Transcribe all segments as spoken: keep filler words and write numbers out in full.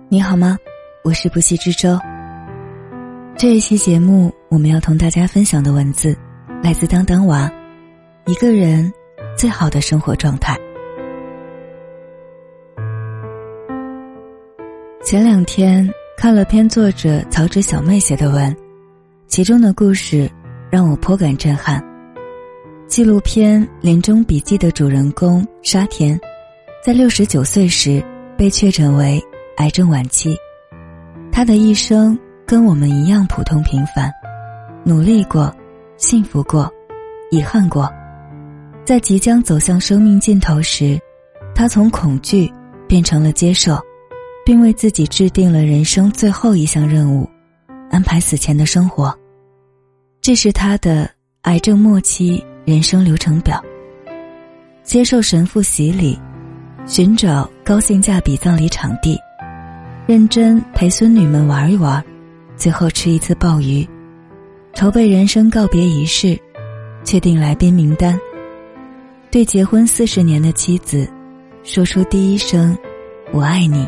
你好吗？我是不息之舟。这一期节目我们要同大家分享的文字来自当当娃，一个人最好的生活状态。前两天看了篇作者草纸小妹写的文，其中的故事让我颇感震撼。纪录片《临终笔记》的主人公沙田，在六十九岁时被确诊为癌症晚期。他的一生跟我们一样普通平凡，努力过，幸福过，遗憾过。在即将走向生命尽头时，他从恐惧变成了接受，并为自己制定了人生最后一项任务，安排死前的生活。这是他的癌症末期人生流程表：接受神父洗礼，寻找高性价比葬礼场地，认真陪孙女们玩一玩，最后吃一次鲍鱼，筹备人生告别仪式，确定来宾名单，对结婚四十年的妻子说出第一声我爱你。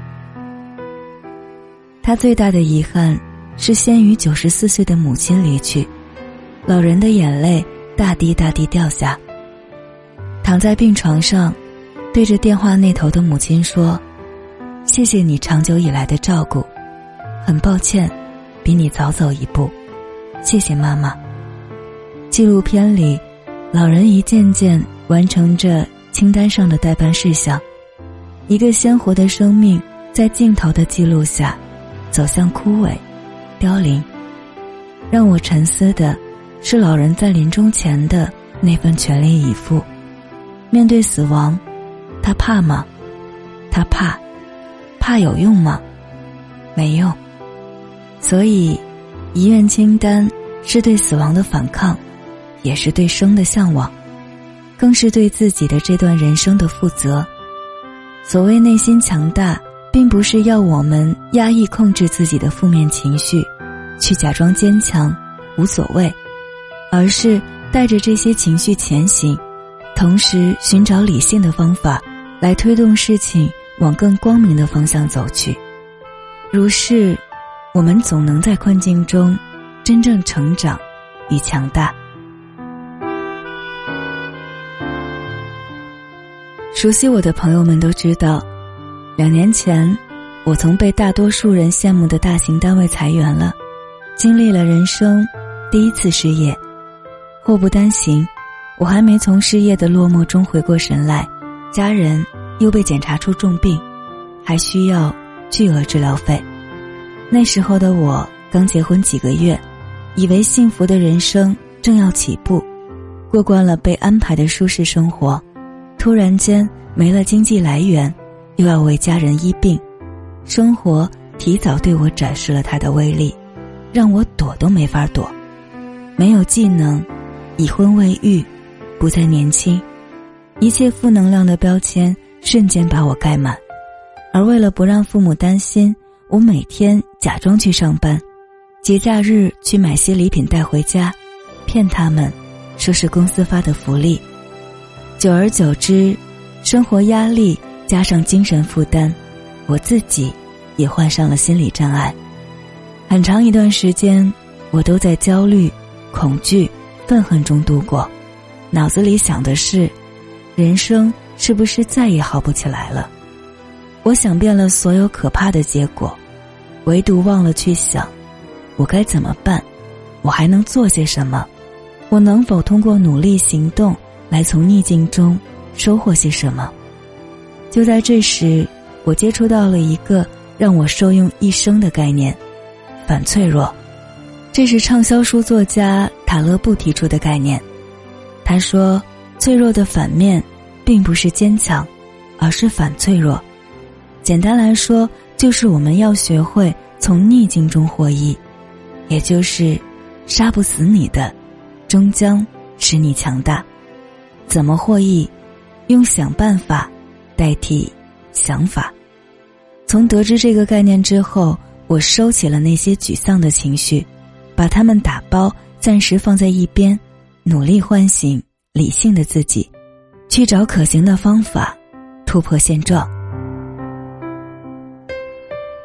他最大的遗憾是先于九十四岁的母亲离去，老人的眼泪大滴大滴掉下。躺在病床上，对着电话那头的母亲说，谢谢你长久以来的照顾，很抱歉比你早走一步，谢谢妈妈。纪录片里，老人一件件完成着清单上的待办事项，一个鲜活的生命在镜头的记录下走向枯萎凋零。让我沉思的是老人在临终前的那份全力以赴。面对死亡，他怕吗？他怕。怕有用吗？没用。所以遗愿清单是对死亡的反抗，也是对生的向往，更是对自己的这段人生的负责。所谓内心强大，并不是要我们压抑控制自己的负面情绪，去假装坚强无所谓，而是带着这些情绪前行，同时寻找理性的方法来推动事情往更光明的方向走去。如是，我们总能在困境中真正成长与强大。熟悉我的朋友们都知道，两年前我从被大多数人羡慕的大型单位裁员了，经历了人生第一次失业。祸不单行，我还没从失业的落寞中回过神来，家人又被检查出重病，还需要巨额治疗费。那时候的我刚结婚几个月，以为幸福的人生正要起步，过惯了被安排的舒适生活，突然间没了经济来源，又要为家人医病，生活提早对我展示了它的威力，让我躲都没法躲。没有技能，已婚未育，不再年轻，一切负能量的标签瞬间把我盖满。而为了不让父母担心，我每天假装去上班，节假日去买些礼品带回家，骗他们说是公司发的福利。久而久之，生活压力加上精神负担，我自己也患上了心理障碍。很长一段时间，我都在焦虑、恐惧、愤恨中度过，脑子里想的是，人生是不是再也好不起来了？我想遍了所有可怕的结果，唯独忘了去想，我该怎么办？我还能做些什么？我能否通过努力行动来从逆境中收获些什么？就在这时，我接触到了一个让我受用一生的概念——反脆弱。这是畅销书作家塔勒布提出的概念。他说，脆弱的反面并不是坚强，而是反脆弱。简单来说，就是我们要学会从逆境中获益，也就是杀不死你的，终将使你强大。怎么获益？用想办法代替想法。从得知这个概念之后，我收起了那些沮丧的情绪，把它们打包，暂时放在一边，努力唤醒理性的自己，去找可行的方法，突破现状。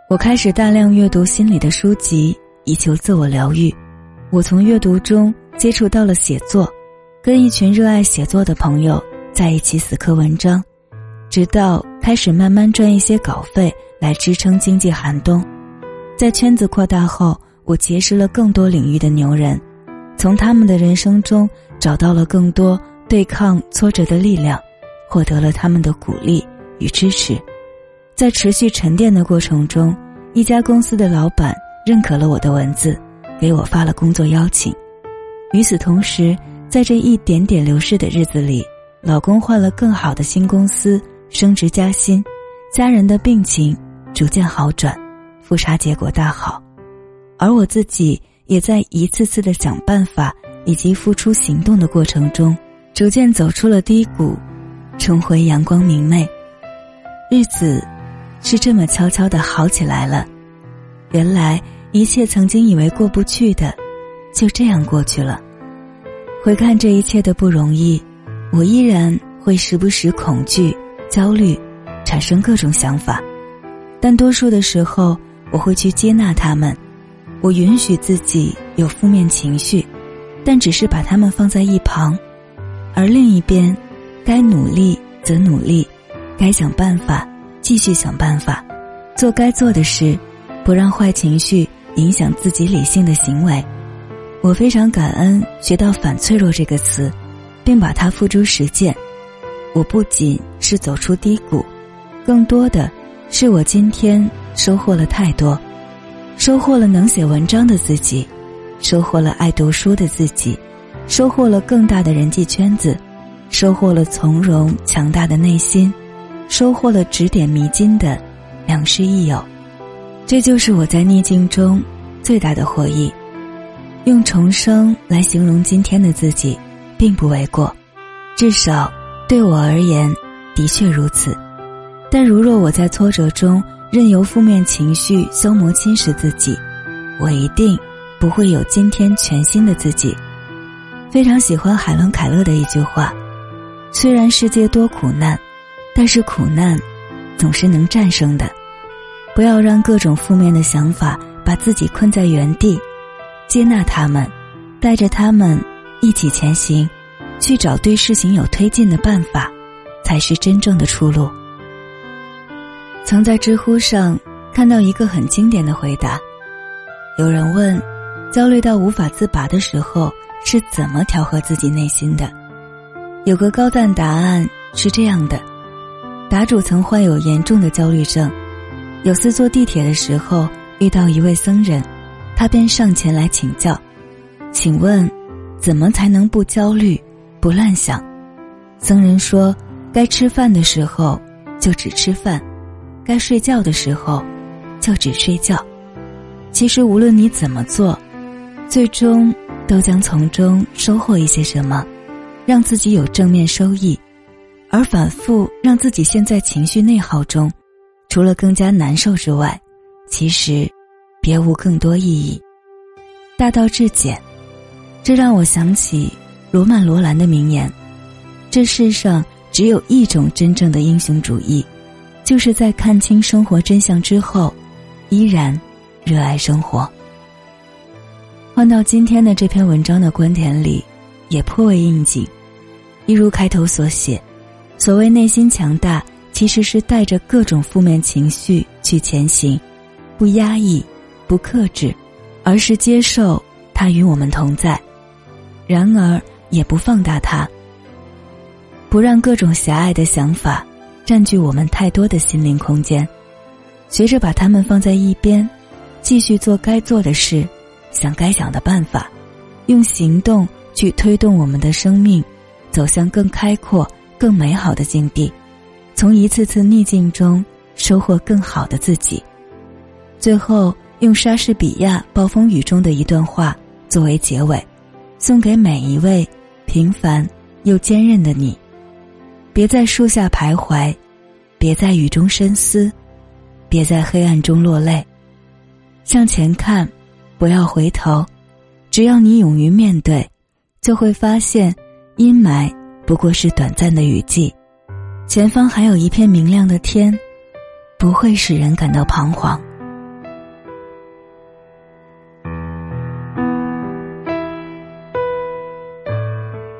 我开始大量阅读心理的书籍，以求自我疗愈。我从阅读中接触到了写作，跟一群热爱写作的朋友在一起死磕文章，直到开始慢慢赚一些稿费来支撑经济寒冬。在圈子扩大后，我结识了更多领域的牛人，从他们的人生中找到了更多对抗挫折的力量，获得了他们的鼓励与支持。在持续沉淀的过程中，一家公司的老板认可了我的文字，给我发了工作邀请。与此同时，在这一点点流逝的日子里，老公换了更好的新公司，升职加薪，家人的病情逐渐好转，复查结果大好。而我自己也在一次次的想办法以及付出行动的过程中，逐渐走出了低谷，重回阳光明媚。日子是这么悄悄地好起来了。原来一切曾经以为过不去的，就这样过去了。回看这一切的不容易，我依然会时不时恐惧、焦虑，产生各种想法，但多数的时候我会去接纳它们。我允许自己有负面情绪，但只是把它们放在一旁。而另一边，该努力则努力，该想办法继续想办法，做该做的事，不让坏情绪影响自己理性的行为。我非常感恩学到反脆弱这个词，并把它付诸实践。我不仅是走出低谷，更多的是我今天收获了太多，收获了能写文章的自己，收获了爱读书的自己，收获了更大的人际圈子，收获了从容强大的内心，收获了指点迷津的良师益友。这就是我在逆境中最大的获益。用重生来形容今天的自己并不为过，至少对我而言的确如此。但如若我在挫折中任由负面情绪消磨侵蚀自己，我一定不会有今天全新的自己。非常喜欢海伦凯勒的一句话，虽然世界多苦难，但是苦难总是能战胜的。不要让各种负面的想法把自己困在原地，接纳他们，带着他们一起前行，去找对事情有推进的办法，才是真正的出路。曾在知乎上看到一个很经典的回答，有人问，焦虑到无法自拔的时候是怎么调和自己内心的？有个高赞答案是这样的，答主曾患有严重的焦虑症，有次坐地铁的时候遇到一位僧人，他便上前来请教，请问怎么才能不焦虑不乱想？僧人说，该吃饭的时候就只吃饭，该睡觉的时候就只睡觉。其实无论你怎么做，最终都将从中收获一些什么，让自己有正面收益。而反复让自己陷在情绪内耗中，除了更加难受之外，其实别无更多意义。大道至简，这让我想起罗曼·罗兰的名言，这世上只有一种真正的英雄主义，就是在看清生活真相之后，依然热爱生活。换到今天的这篇文章的观点里，也颇为应景。一如开头所写，所谓内心强大，其实是带着各种负面情绪去前行，不压抑，不克制，而是接受它与我们同在，然而也不放大它，不让各种狭隘的想法占据我们太多的心灵空间，学着把它们放在一边，继续做该做的事，想该想的办法，用行动去推动我们的生命走向更开阔更美好的境地，从一次次逆境中收获更好的自己。最后用莎士比亚《暴风雨》中的一段话作为结尾，送给每一位平凡又坚韧的你。别在树下徘徊，别在雨中深思，别在黑暗中落泪，向前看，不要回头，只要你勇于面对，就会发现阴霾不过是短暂的雨季，前方还有一片明亮的天，不会使人感到彷徨。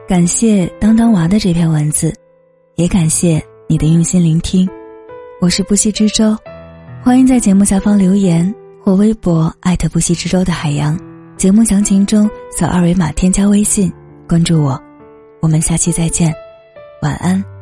感谢当当娃的这篇文字，也感谢你的用心聆听。我是不息之舟，欢迎在节目下方留言或微博艾特不息之舟的海洋，节目详情中扫二维码添加微信关注我。我们下期再见，晚安。